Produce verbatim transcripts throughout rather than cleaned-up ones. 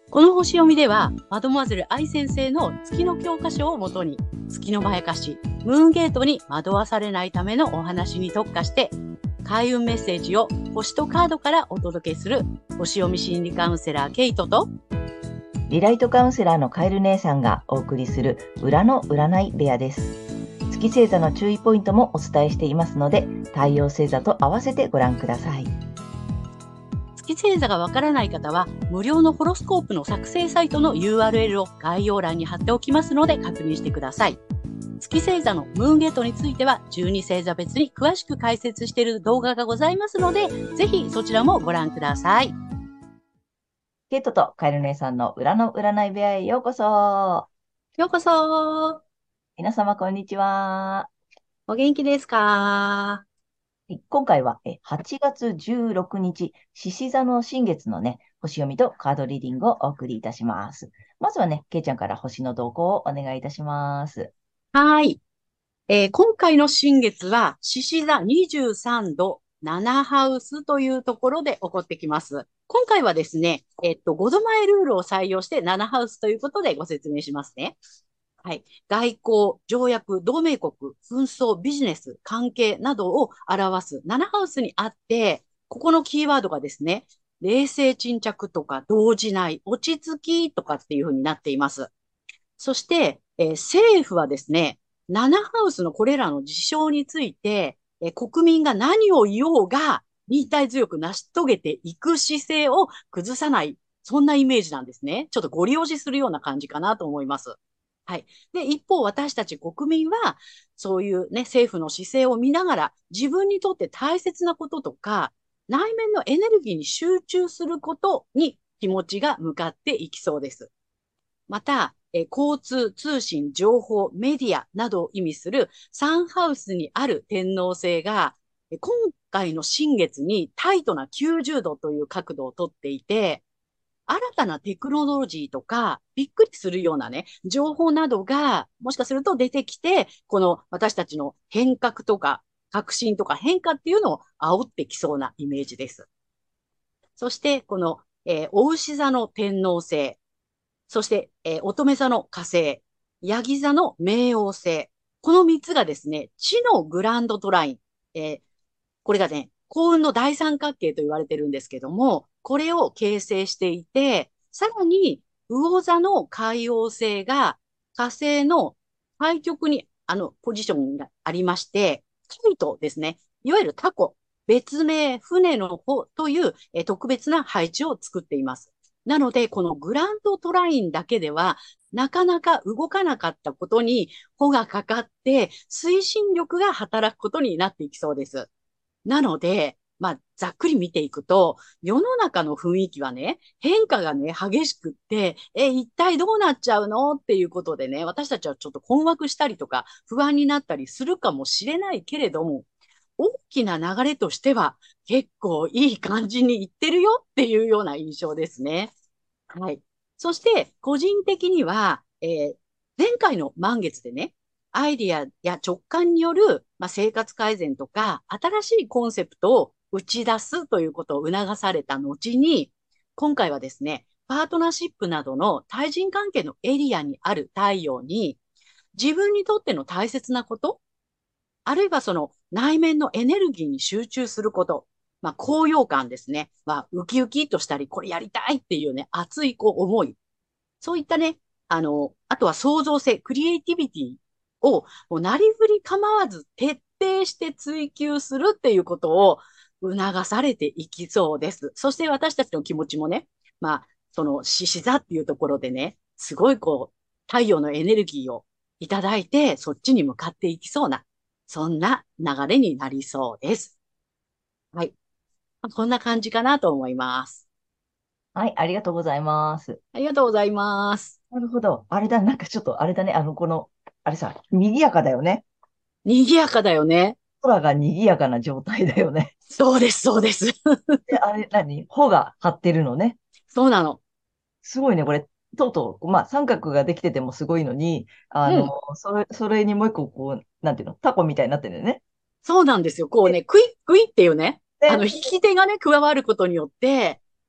この星読みでは、マドモアゼル愛先生の月の教科書をもとに、月のまやかし、ムーンゲートに惑わされないためのお話に特化して、開運メッセージを星とカードからお届けする、星読み心理カウンセラーケイトと、 リライトカウンセラーのカエル姉さんがお送りする裏の占い部屋です。月星座の注意ポイントもお伝えしていますので、太陽星座と合わせてご覧ください。 月星座がわからない方は、無料のホロスコープの作成サイトの ユーアールエル を概要欄に貼っておきますので確認してください。月星座のムーンゲートについては、じゅうに星座別に詳しく解説している動画がございますので、ぜひそちらもご覧ください。 ケイトとカエル姉さんの裏の占い部屋へようこそ。 ようこそ。 皆様こんにちは。 お元気ですか？ 今回ははちがつじゅうろくにち、獅子座の新月のね、星読みとカードリーディングをお送りいたします。まずはね、ケイちゃんから星の動向をお願いいたします。 はい。えー今回の新月は、獅子座にじゅうさんど、ななハウスというところで起こってきます。今回はですね、えっと、ごどまえルールを採用してななハウスということでご説明しますね。はい。外交、条約、同盟国、紛争、ビジネス、関係などを表すななハウスにあって、ここのキーワードがですね、冷静沈着とか動じない、落ち着きとかっていうふうになっています。そして、えー政府はですね、ななハウスのこれらの事象について、えー国民が何を言おうが、忍耐強く成し遂げていく姿勢を崩さない、そんなイメージなんですね。ちょっとご利用しするような感じかなと思います。はい。で、一方、私たち国民は、そういうね、政府の姿勢を見ながら、自分にとって大切なこととか、内面のエネルギーに集中することに気持ちが向かっていきそうです。また、えー交通、通信、情報、メディアなどを意味するサンハウスにある天王星が、えー今回の新月にタイトなきゅうじゅうどという角度をとっていて、新たなテクノロジーとか、びっくりするようなね、情報などが、もしかすると出てきて、この私たちの変革とか、革新とか変化っていうのを煽ってきそうなイメージです。そして、この、えー、お牛座の天王星、そして、えー乙女座の火星、ヤギ座の冥王星。この三つがですね、地のグランドトライン。えーこれがね、幸運の大三角形と言われてるんですけども、これを形成していて、さらに、魚座の海王星が火星の対極に、あの、ポジションがありまして、タイトですね。いわゆるタコ、別名、船の帆という、えー特別な配置を作っています。なので、このグランドトラインだけでは、なかなか動かなかったことに、帆がかかって、推進力が働くことになっていきそうです。なので、まあ、ざっくり見ていくと、世の中の雰囲気はね、変化がね、激しくって、え、一体どうなっちゃうのっていうことでね、私たちはちょっと困惑したりとか、不安になったりするかもしれないけれども、大きな流れとしては、結構いい感じにいってるよっていうような印象ですね。はい。そして、個人的には、えー前回の満月でね、アイディアや直感による、まあ、生活改善とか、新しいコンセプトを打ち出すということを促された後に、今回はですね、パートナーシップなどの対人関係のエリアにある太陽に、自分にとっての大切なこと、あるいはその内面のエネルギーに集中すること、まあ、高揚感ですね。まあ、ウキウキとしたり、これやりたいっていうね、熱いこう思い。そういったね、あの、あとは創造性、クリエイティビティを、もうなりふり構わず徹底して追求するっていうことを促されていきそうです。そして私たちの気持ちもね、まあ、その獅子座っていうところでね、すごいこう、太陽のエネルギーをいただいて、そっちに向かっていきそうな、そんな流れになりそうです。はい。こんな感じかなと思います。 はい、ありがとうございます。 ありがとうございます。 なるほど。あれだ、なんかちょっとあれだね、あの、この、あれさ、賑やかだよね。 賑やかだよね。 空が賑やかな状態だよね。 そうです、そうです。 で、あれ、何帆が張ってるのね。 そうなの。 すごいね、これ。とうとう、まあ、三角ができててもすごいのに、あの、 うん。 それ、それにもう一個、こう、なんていうの、タコみたいになってるんだよね。 そうなんですよ。こうで、 ね、クイックイっていうね、あの、 で、 引き手がね、加わることによって、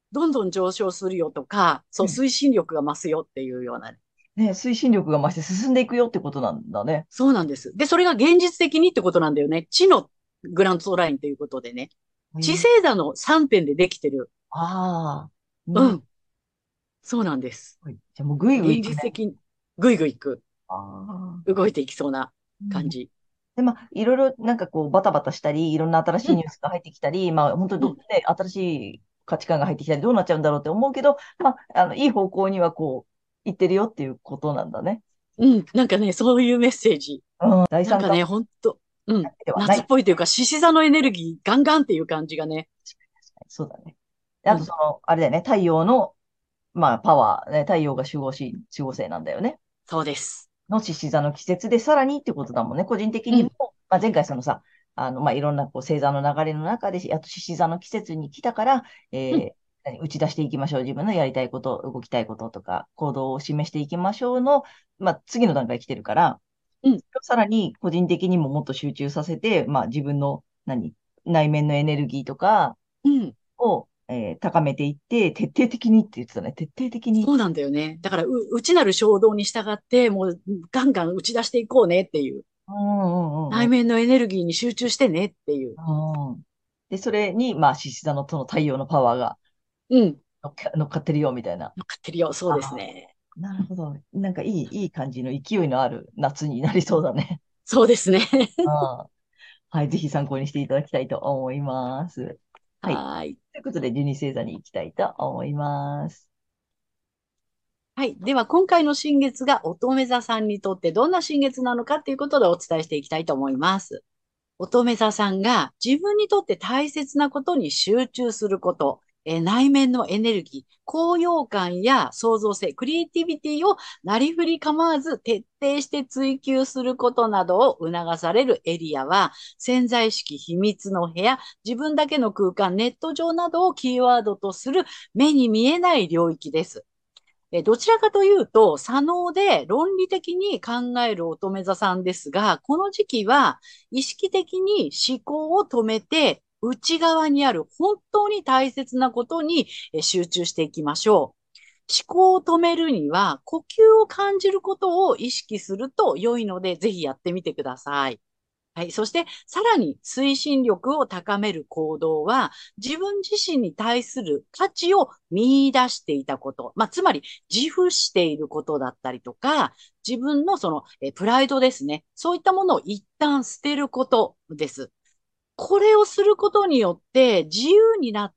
どんどん上昇するよとか、そう、 うん。 推進力が増すよっていうようなね。 ね、推進力が増して進んでいくよってことなんだね。 そうなんです。で、それが現実的にってことなんだよね。地のグラントラインということでね。地へえ。 星座のさんてんでできてる。 ああ、なるうん。そうなんです。 ほど。じゃあもうぐいぐい現行くね。 実的にぐいぐいいく。 ああ。 動いていきそうなうん。 感じ。 で、まあ、いろいろなんかこう、バタバタしたり、いろんな新しうん、 いニュースが入ってきたり、まあ、本当にど、 うん、 ね、新しい価値観が入ってきたり、どうなっちゃうんだろうって思うけど、まあ、あの、いい方向にはこう、行ってるよっていうことなんだね。 うん。なんかね、そういうメッセージ。 うん、第三関なんかね、ほんと、うん。 係ではない。 夏っぽいというか、獅子座のエネルギーガンガンっていう感じがね。 そうだね。であと、 うん。 その、あれだよね、太陽の、まあ、パワー、ね、太陽が守護し、守護星なんだよね。 そうです。 の獅子座の季節で、さらにってことだもんね。個人的うん、 にも、まあ、前回そのさ、あの、まあ、いろんなこう星座の流れの中で、あと獅子座の季節に来たから、えうん、 ー何打ち出していきましょう。自分のやりたいこと、動きたいこととか、行動を示していきましょうの、まあ、次の段階来てるから、 うん、 さらに個人的にももっと集中させて、まあ、自分の何、内面のエネルギーとかうん。 を、えー高めていって、徹底的にって言ってたね。徹底的に。 そうなんだよね。だから、う、内なる衝動に従って、もう、ガンガン打ち出していこうねっていう。 うんうんうんうん。 内面のエネルギーに集中してねっていう。 うん。で、それに、まあ、獅子座のその太陽のパワーがうん。 乗っか、乗っかってるよ、みたいな。 乗っかってるよ。そうですああ、 ね。 なるほど。なんかいい、いい感じの勢いのある夏になりそうだね。 そうですね。 ああ、はい、ぜひ参考にしていただきたいと思います。はい。 はい。 ということで、じゅうに星座に行きたいと思います。 はい。では、今回の新月が乙女座さんにとってどんな新月なのかということでお伝えしていきたいと思います。乙女座さんが自分にとって大切なことに集中すること、えー内面のエネルギー、高揚感や創造性、クリエイティビティをなりふり構わず徹底して追求することなどを促されるエリアは、潜在意識秘密の部屋、自分だけの空間、ネット上などをキーワードとする目に見えない領域です。えどちらかというと、左脳で論理的に考える乙女座さんですが、この時期は意識的に思考を止めて、内側にある本当に大切なことに集中していきましょう。思考を止めるには、呼吸を感じることを意識すると良いので、ぜひやってみてください。はい。そして、さらに推進力を高める行動は、自分自身に対する価値を見出していたこと。まあ、つまり、自負していることだったりとか、自分のその、え、プライドですね。そういったものを一旦捨てることです。これをすることによって、自由になって、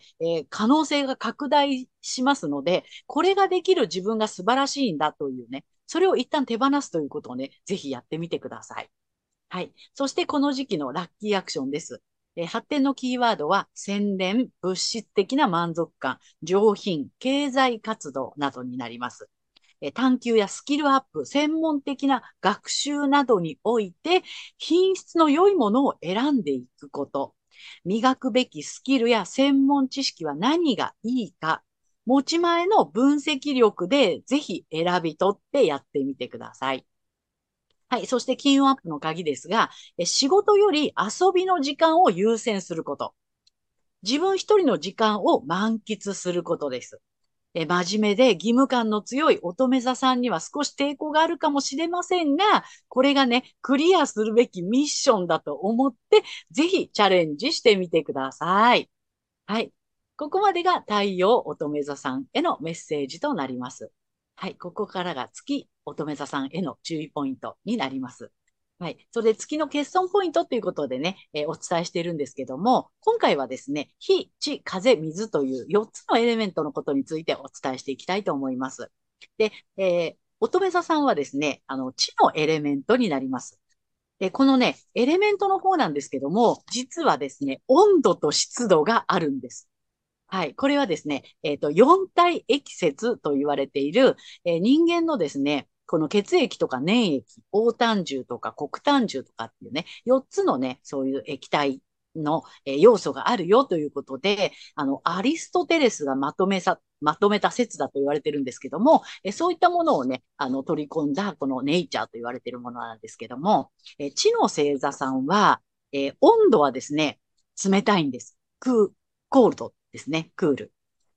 えー可能性が拡大しますので、これができる自分が素晴らしいんだというね、それを一旦手放すということをね、ぜひやってみてください。はい。そしてこの時期のラッキーアクションです。えー発展のキーワードは洗練、物質的な満足感、上品、経済活動などになります。えー探求やスキルアップ、専門的な学習などにおいて品質の良いものを選んでいくこと。磨くべきスキルや専門知識は何がいいか。持ち前の分析力でぜひ選び取ってやってみてください。はい。そして金運アップの鍵ですが、仕事より遊びの時間を優先すること。自分一人の時間を満喫することです。え真面目で義務感の強い乙女座さんには少し抵抗があるかもしれませんが、これがね、クリアするべきミッションだと思って、ぜひチャレンジしてみてください。はい。ここまでが太陽乙女座さんへのメッセージとなります。はい。ここからが月乙女座さんへの注意ポイントになります。はい。それで月の欠損ポイントということでね、えーお伝えしているんですけども、今回はですね、火、地、風、水というよっつのエレメントのことについてお伝えしていきたいと思います。で、えー乙女座さんはですね、あの、地のエレメントになります。で、このね、エレメントの方なんですけども、実はですね、温度と湿度があるんです。はい。これはですね、えっと、四体液説と言われている、えー人間のですね、この血液とか粘液、黄胆汁とか黒胆汁とかっていうね、四つのね、そういう液体の、えー要素があるよということで、あの、アリストテレスがまとめさ、まとめた説だと言われてるんですけども、えーそういったものをね、あの、取り込んだ、このネイチャーと言われているものなんですけども、えー地の星座さんは、えー温度はですね、冷たいんです。クーコールドですね。クール。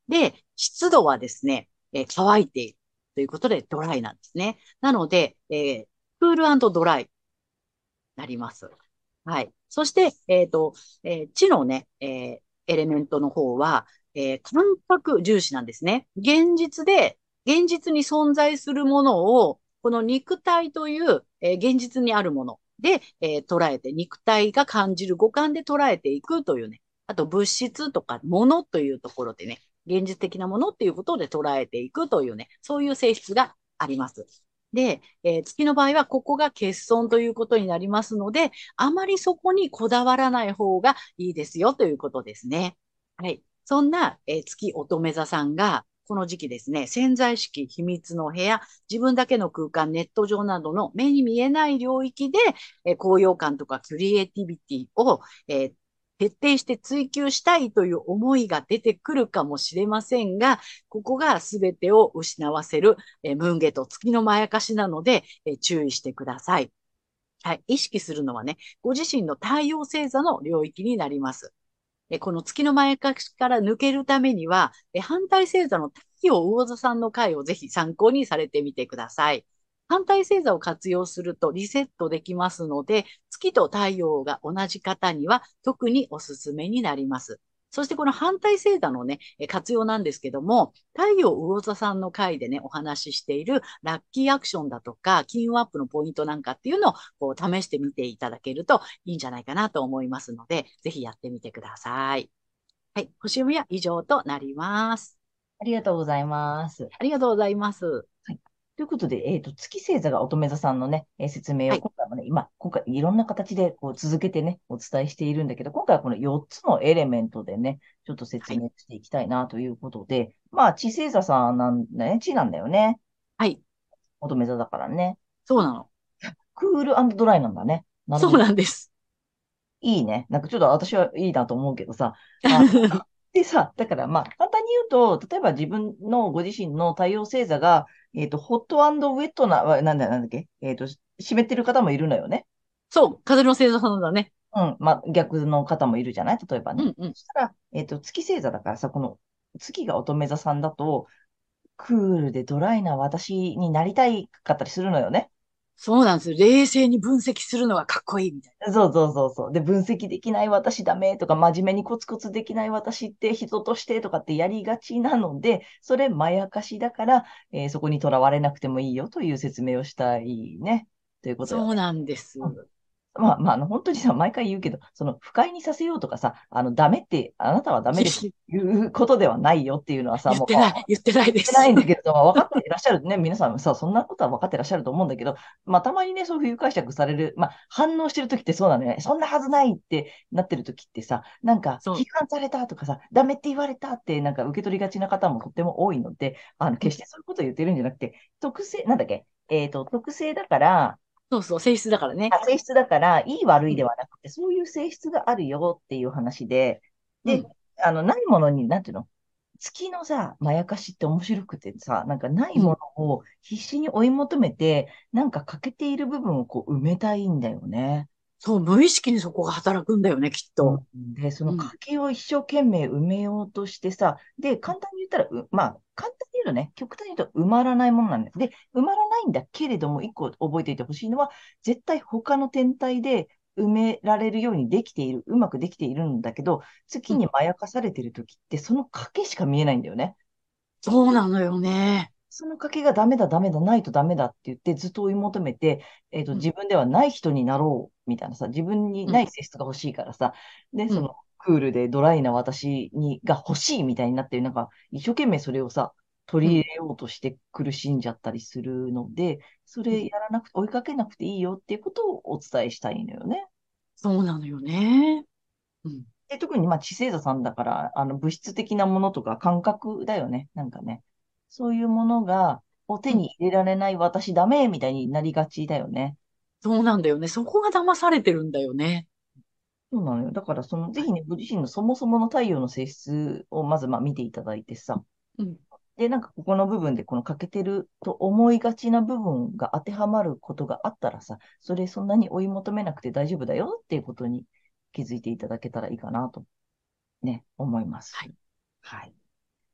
で、湿度はですね、えー乾いているということでドライなんですね。なので、えークールドライになります。はい。そして、えっと、えー地のね、えーエレメントの方は、えー感覚重視なんですね。現実で、現実に存在するものを、この肉体という、えー現実にあるもので、えー捉えて、肉体が感じる五感で捉えていくというね、あと物質とか物というところでね、現実的なものっていうことで捉えていくというね、そういう性質があります。で、えー月の場合はここが欠損ということになりますので、あまりそこにこだわらない方がいいですよということですね。はい。そんな、えー月乙女座さんが、この時期ですね、潜在意識、秘密の部屋、自分だけの空間、ネット上などの目に見えない領域で、えー高揚感とかクリエイティビティを、えー徹底して追求したいという思いが出てくるかもしれませんが、ここが全てを失わせる、えームーンゲート、月のまやかしなので、えー注意してください。はい。意識するのはね、ご自身の太陽星座の領域になります。えこの月の前かしから抜けるためには、え反対星座の太陽魚座さんの回をぜひ参考にされてみてください。反対星座を活用するとリセットできますので、月と太陽が同じ方には特におすすめになります。そしてこの反対星座のね、活用なんですけども、太陽魚座さんの回でね、お話ししているラッキーアクションだとか、金運アップのポイントなんかっていうのをこう試してみていただけるといいんじゃないかなと思いますので、ぜひやってみてください。はい。星読みは以上となります。 ありがとうございます。 ありがとうございます。 はい。ということで、えっと、月星座が乙女座さんのね、えー説明を、 はい。 今回もね、今、今回いろんな形でこう続けてね、お伝えしているんだけど、今回はこのよっつのエレメントでね、ちょっとはい。 説明していきたいなということで、まあ、地星座さんなんだね、地なんだよね。 はい。 乙女座だからね。 そうなの。 クールドライなんだね。なるそうほど。 なんです。 いいね。なんかちょっと私はいいなと思うけどさ。あ、でさ、だからまあ、簡単に言うと、例えば自分のご自身の太陽星座が、えっと、ホットウェットな、わなんだ、なんだっけ、えっと、湿ってる方もいるのよね。 そう。風の星座さんだね。 うん。まあ、逆の方もいるじゃない例えばね。 うんうん。 そしたら、えっと、月星座だからさ、この月が乙女座さんだと、クールでドライな私になりたいかったりするのよね。 そうなんです。冷静に分析するのがかっこいいみたいそうそうそうそう。で、分析できない私ダメとか、真面目にコツコツできない私って人としてとかってやりがちなので、それまやかしだから、えーそこにとらわれなくてもいいよという説明をしたいね。というな。 ことよね。 そうなんです。 うん。まあ、まあ、あの、本当にさ、毎回言うけど、その、不快にさせようとかさ、あの、ダメって、あなたはダメですっていうことではないよっていうのはさ、もう、 言ってない、言ってないでてなす。 いんだけれども、分かっていらっしゃるね。皆さんさ、そんなことは分かってらっしゃると思うんだけど、まあ、たまにね、そういう解釈される、まあ、反応してるときってそうなのね。そんなはずないってなってるときってさ、なんか、 そう。 批判されたとかさ、ダメって言われたって、なんか受け取りがちな方もとっても多いので、あの、 うん。 決してそういうことを言ってるんじゃなくて、特性、なんだっけ、えっと、特性だから、 そうそう。性質だからね。 あ、性質だから、いい悪いでうん。 はなくて、そういう性質があるよっていう話で、で、 うん。 あの、ないものに、なんていうの月のさ、まやかしって面白くてさ、なんかないもうん。 のを必死に追い求めて、なんか欠けている部分をこう埋めたいんだよね。 そう。無意識にそこが働くんだよね、きっと。 うん、で、そのうん。 欠けを一生懸命埋めようとしてさ、で、簡単に言ったら、うまあ、簡単に言うとね、極端に言うと埋まらないものなんだよ。で、埋まらないんだけれども、一個覚えていてほしいのは、絶対他の天体で埋められるようにできている、うまくできているんだけど、月うん。 にまやかされてる時って、その賭けしか見えないんだよね。 そうなのよね。 その賭けがダメだ、ダメだ、ないとダメだって言ってずっと追い求めて、えっと、 うん。 自分ではない人になろうみたいなさ、自分にうん。 ない性質が欲しいからさ、で、 うん。 そのクールでドライな私にが欲しいみたいになって、なんか一生懸命それをさ、取うん。 り入れようとして苦しんじゃったりするので、そうん。 れやらなくて、追いかけなくていいよっていうことをお伝えしたいのよね。 そうなのよね。うん。 で、特にまあ、知星座さんだから、あの、物質的なものとか感覚だよね。なんかね。そういうものが、を手うん。 に入れられない私ダメみたいになりがちだよね。 そうなんだよね。そこが騙されてるんだよね。 そうなのよ。だから、その、ぜはい。 ひね、ご自身のそもそもの太陽の性質をまず、まあ、見ていただいてさ。 うん。 で、なんか、ここの部分で、この欠けてると思いがちな部分が当てはまることがあったらさ、それそんなに追い求めなくて大丈夫だよっていうことに気づいていただけたらいいかなと、ね、思います。 はい。 はい。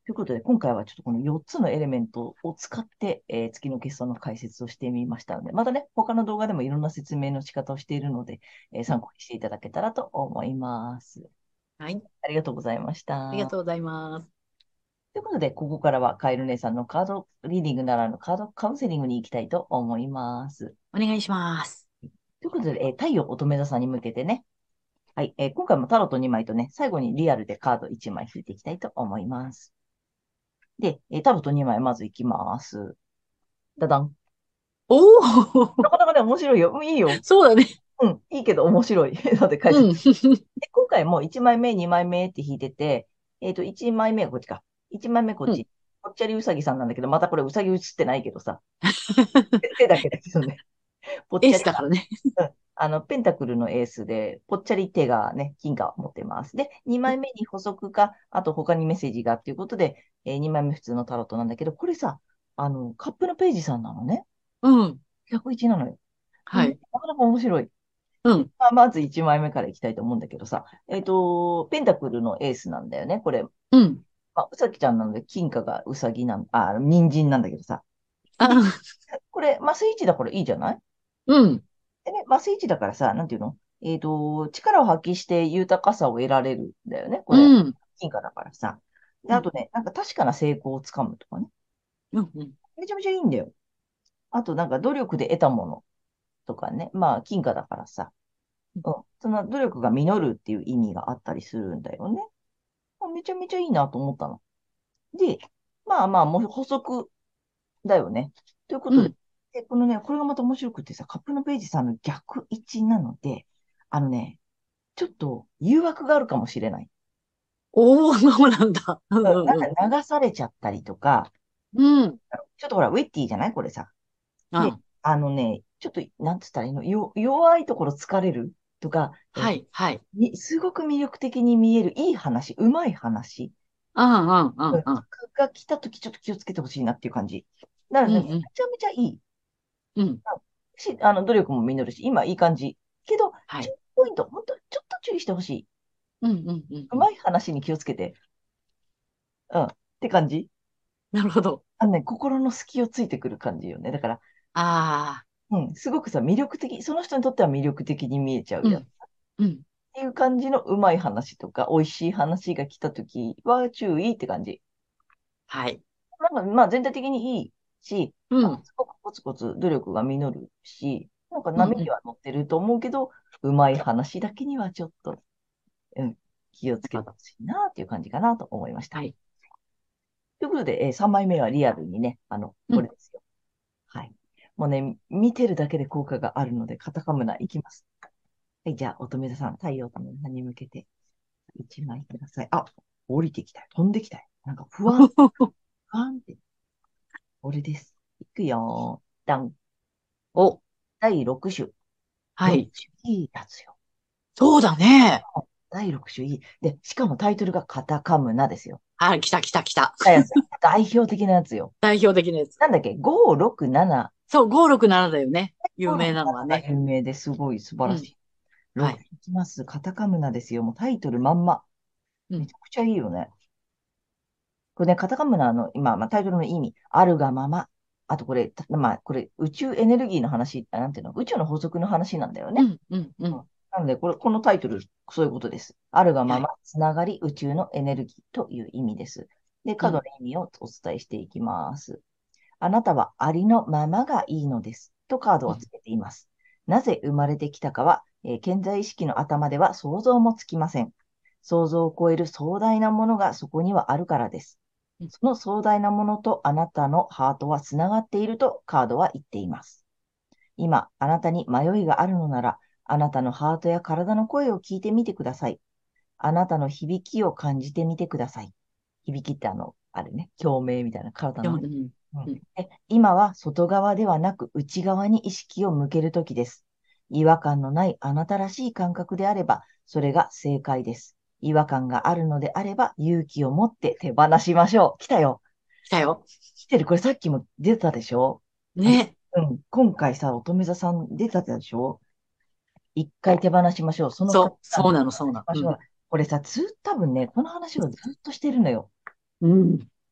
ということで、今回はちょっとこのよっつのエレメントを使って、えー月の欠損の解説をしてみましたので、またね、他の動画でもいろんな説明の仕方をしているので、えー参考にしていただけたらと思います。 はい。 ありがとうございましありがた。 とうございます。 ということで、ここからはカエル姉さんのカードリーディングならぬカードカウンセリングに行きたいと思います。 お願いします。 ということで、えー太陽乙女座さんに向けてね、はい、えー今回もタロットにまいとね、最後にリアルでカードいちまい引いていきたいと思います。で、えータロットにまいまずいきます。ダダン。 おお、 なかなかね、面白いよ。うんいいよ。 そうだね。 うん、いいけど面白い。ので解説。 うん。 で、今回もいちまいめ、にまいめって引いてて、えっと、いちまいめはこっちか。いちまいめこっうん。 ち。ぽっちゃりうさぎさんなんだけど、またこれうさぎ映ってないけどさ、手だけだけどね。ぽっエーちゃりさスだからね。 ん。うん。あの、ペンタクルのエースで、ぽっちゃり手がね、金貨を持ってます。で、にまいめに補足か、あと他にメッセージがっていうことで、えー、にまいめ普通のタロットなんだけど、これさ、あの、カップのページさんなのね。 うん。 ひゃくいちなのよ。うん、 はい。 なかなか面白い。で、 うん。 まあ、まずいちまいめからいきたいと思うんだけどさ、えっと、ペンタクルのエースなんだよね、これ。 うん。 まあ、うさぎちゃんなので、金貨がうさぎなん、あ、人参なんだけどさ。で、 あ、 これ、マスいちだからいいじゃないうん。 でね、マスいちだからさ、なんていうのえっと、力を発揮して豊かさを得られるんだよね、こうれ。 ん。 金貨だからさ。で、 うん。 あとね、なんか確かな成功をつかむとかね。 うん。うん。 めちゃめちゃいいんだよ。あと、なんか努力で得たものとかね。まあ、金貨だからさ。うん。その努力が実るっていう意味があったりするんだよね。めちゃめちゃいいなと思ったの。で、まあまあ、もう補足だよね。ということで、 うん。 で、このね、これがまた面白くてさ、カップのページさんの逆位置なので、あのね、ちょっと誘惑があるかもしれない。 おお、そうなんだ。うん。 うんうん。 なんか流されちゃったりとか、 うん。 ちょっとほら、ウェッティじゃないこれさ。で、 あ、 あのね、ちょっと、なんつったらいいの、よ、弱いところ疲れるとか、えっと、 はい。はい。 にすごく魅力的に見えるいい話、うまい話うん。うん。うん。 うんうん。 が来たときちょっと気をつけてほしいなっていう感じ。なので、めうん。 ちゃめちゃいい。 うん。 し、あの、努力も実るし、今いい感じ。けど、 はい。 注意ポイント、本当ちょっと注意してほしい。 うん。うん。うん。うん。 うまい話に気をつけて。うん。って感じ。 なるほど。 あのね、心の隙をついてくる感じよね。だから、 ああ。 うん、すごくさ、魅力的、その人にとっては魅力的に見えちゃうやつ。っうん。うん。 ていう感じのうまい話とか、美味しい話が来たときは注意って感じ。 はい。 なんか、まあ全体的にいいし、あうん。 すごくコツコツ努力が実るし、なんかうん。うん。 波には乗ってると思うけど、うまい話だけにはちょっと、うん、気をつけなるほど。 てほしいなっていう感じかなと思いました。 はい。 ということで、えー、さんまいめはリアルにね、あの、 うん。 これですよ。はい。もうね、見てるだけで効果があるので、カタカムナいきます。はい、じゃあ、乙女座さん、太陽乙女座に向けていちまいください。あ、降りてきたよ。飛んできたよ。なんか不安、不安って。これです。いくよー。ダン。 お、 だいろく種。 はい。 ろく種いいやつよ。 そうだね。 だいろく種いい。で、しかもタイトルがカタカムナですよ。 はい、来た来た来た。 だやつ。代表的なやつよ。 代表的なやつ。 なんだっけ ?ご、ろく、なな。 そう、ごろくななだよね。有ご、ろく、 名なのはなながね。 有名ですごい素晴うん。 らしい。ろくはい。 いきます。カタカムナですよ。もうタイトルまんま。 うん。 めちゃくちゃいいよね。これね、カタカムナの今、まあ、タイトルの意味、あるがまま。あとこれ、たまあ、これ宇宙エネルギーの話、あなんていうの、宇宙の法則の話なんだよね。 うん、うん、ううんん。 なので、これ、このタイトル、そういうことです。あるがまま、 はい。 つながり、宇宙のエネルギーという意味です。で、 うん。 角の意味をお伝えしていきます。あなたはありのままがいいのです。とカードうん。 をつけています。なぜ生まれてきたかは、えー健在意識の頭では想像もつきません。想像を超える壮大なものがそこにはあるからです。 うん。 その壮大なものとあなたのハートはつながっているとカードは言っています。今、あなたに迷いがあるのなら、あなたのハートや体の声を聞いてみてください。あなたの響きを感じてみてください。響きってあの、あれね、共鳴みたいな体のね。 でもうん。 うん、 うん。 で今は外側ではなく内側に意識を向けるときです。違和感のないあなたらしい感覚であれば、それが正解です。違和感があるのであれば、勇気を持って手放しましょう。来たよ。 来たよ。 来てる。これさっきも出たでしょあ、 ね。 うん。今回さ、乙女座さん出たでしょ一回手放しましょう。その方、 そう、 手放しそうなの、そうなの。うん。 ましょう。これさ、ずっと多分ね、この話をずっとしてるのよ。 うん。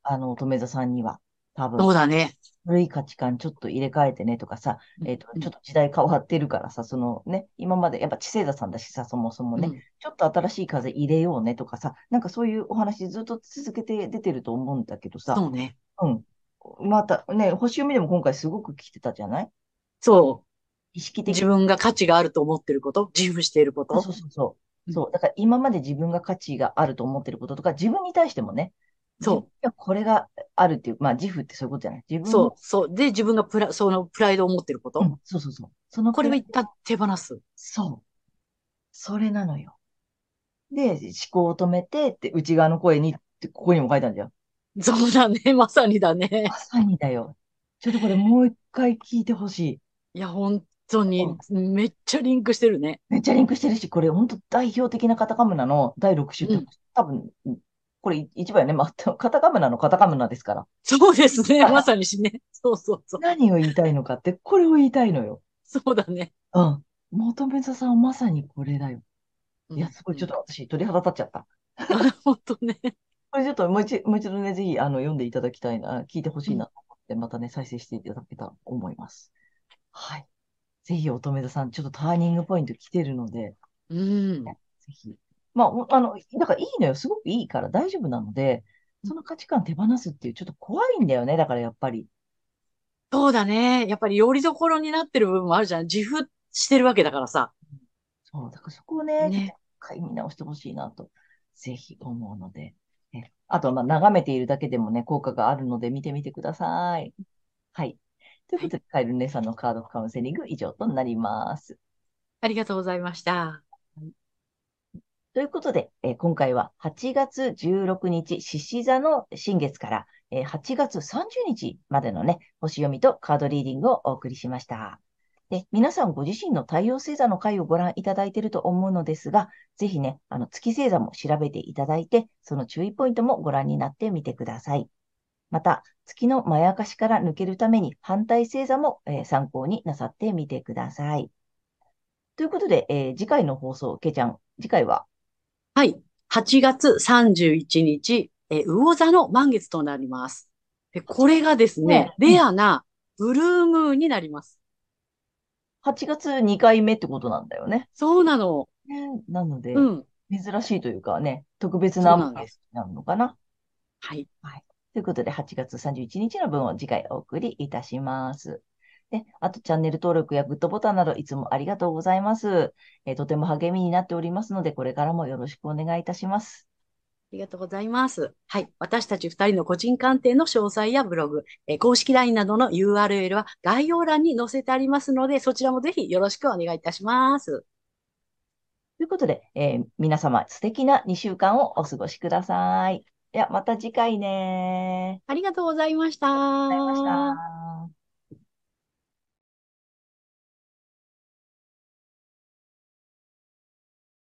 あの、乙女座さんには。多分。 そうだね。 古い価値観ちょっと入れ替えてねとかさ、 うん、 えっと、 うん、 ちょっと時代変わってるからさ、そのね、今まで、やっぱ知星座さんだしさ、そもそもね、 うん。 ちょっと新しい風入れようねとかさ、なんかそういうお話ずっと続けて出てると思うんだけどさ、 そうね。 うん。またね、星読みでも今回すごく来てたじゃない？ そう。 意識的。 自分が価値があると思ってること、自負しているこあ、 と。 そうそうそう。 うん、 そう。だから今まで自分が価値があると思ってることとか、自分に対してもね、自分にそう。 はこれがあるっていう、まあ自負ってそういうことじゃない？自分も、 そう、そう。で、自分がプラ、そのプライドを持ってること。 うん、そうそうそう。そのプライド、 これを一旦手放す。 そう。それなのよ。で、思考を止めてって、内側の声にって、ここにも書いたんだよ。 そうだね。まさにだね。 まさにだよ。ちょっとこれもう一回聞いてほしい。 いや、本当に、 うん。 めっちゃリンクしてるね。 めっちゃリンクしてるし、これ本当代表的なカタカムナのだいろく種ってうん。 多分、これ一番よね。まあ、カタカムナのカタカムナですから。 そうですね。まさにしね。そうそうそう。 何を言いたいのかって、これを言いたいのよ。 そうだね。 うん。求め座さんはまさにこれだよ。いや、 うん、 すごい、 うん。 ちょっと私、鳥肌立っちゃった。 本当ね。 これちょっともう一、もう一度ね、ぜひ、あの、読んでいただきたいな、聞いてほしうん、 いなと思って、またね、再生していただけたらと思います。はい。ぜひ、乙女座さん、ちょっとターニングポイント来てるので、 うん。 ぜひ。まあ、おあの、だからいいのよ。すごくいいから大丈夫なので、その価値観手放すっていう、ちょっと怖いんだよね。だからやっぱり。 そうだね。やっぱり、よりどころになってる部分もあるじゃん。自負してるわけだからさ。 そう、だからそこをね、もうね。 一回見直してほしいなと、ぜひ思うので。ね、あとは、まあ、眺めているだけでもね、効果があるので、見てみてください。はい。というはい。 ことで、カエル姉さんのカードカウンセリング以上となります。 ありがとうございました。 ということで、えー今回ははちがつじゅうろくにち、獅子座の新月から、えーはちがつさんじゅうにちまでのね、星読みとカードリーディングをお送りしました。で、皆さんご自身の太陽星座の回をご覧いただいていると思うのですが、ぜひね、あの月星座も調べていただいて、その注意ポイントもご覧になってみてください。また、月のまやかしから抜けるために反対星座も、えー参考になさってみてください。ということで、えー次回の放送、けいちゃん、次回ははい。はちがつさんじゅういちにち、えー、魚座の満月となります。で、これがですね、 ね、 うん、 レアなブルームーンになります。 はちがつにかいめってことなんだよね。 そうなの。 ね、なので、 うん。 珍しいというかね、特別な満そうなんです。 月になるのかな。 はい。 はい。ということで、はちがつさんじゅういちにちの分を次回お送りいたします。で、あとチャンネル登録やグッドボタンなどいつもありがとうございます。えーとても励みになっておりますので、これからもよろしくお願いいたします。 ありがとうございます。はい。私たちふたりの個人鑑定の詳細やブログ、えー公式 ライン などの ユーアールエル は概要欄に載せてありますので、そちらもぜひよろしくお願いいたします。 ということで、えー皆様素敵なにしゅうかんをお過ごしください。では、また次回ね。 ありがとうございましありがとうございました。 た。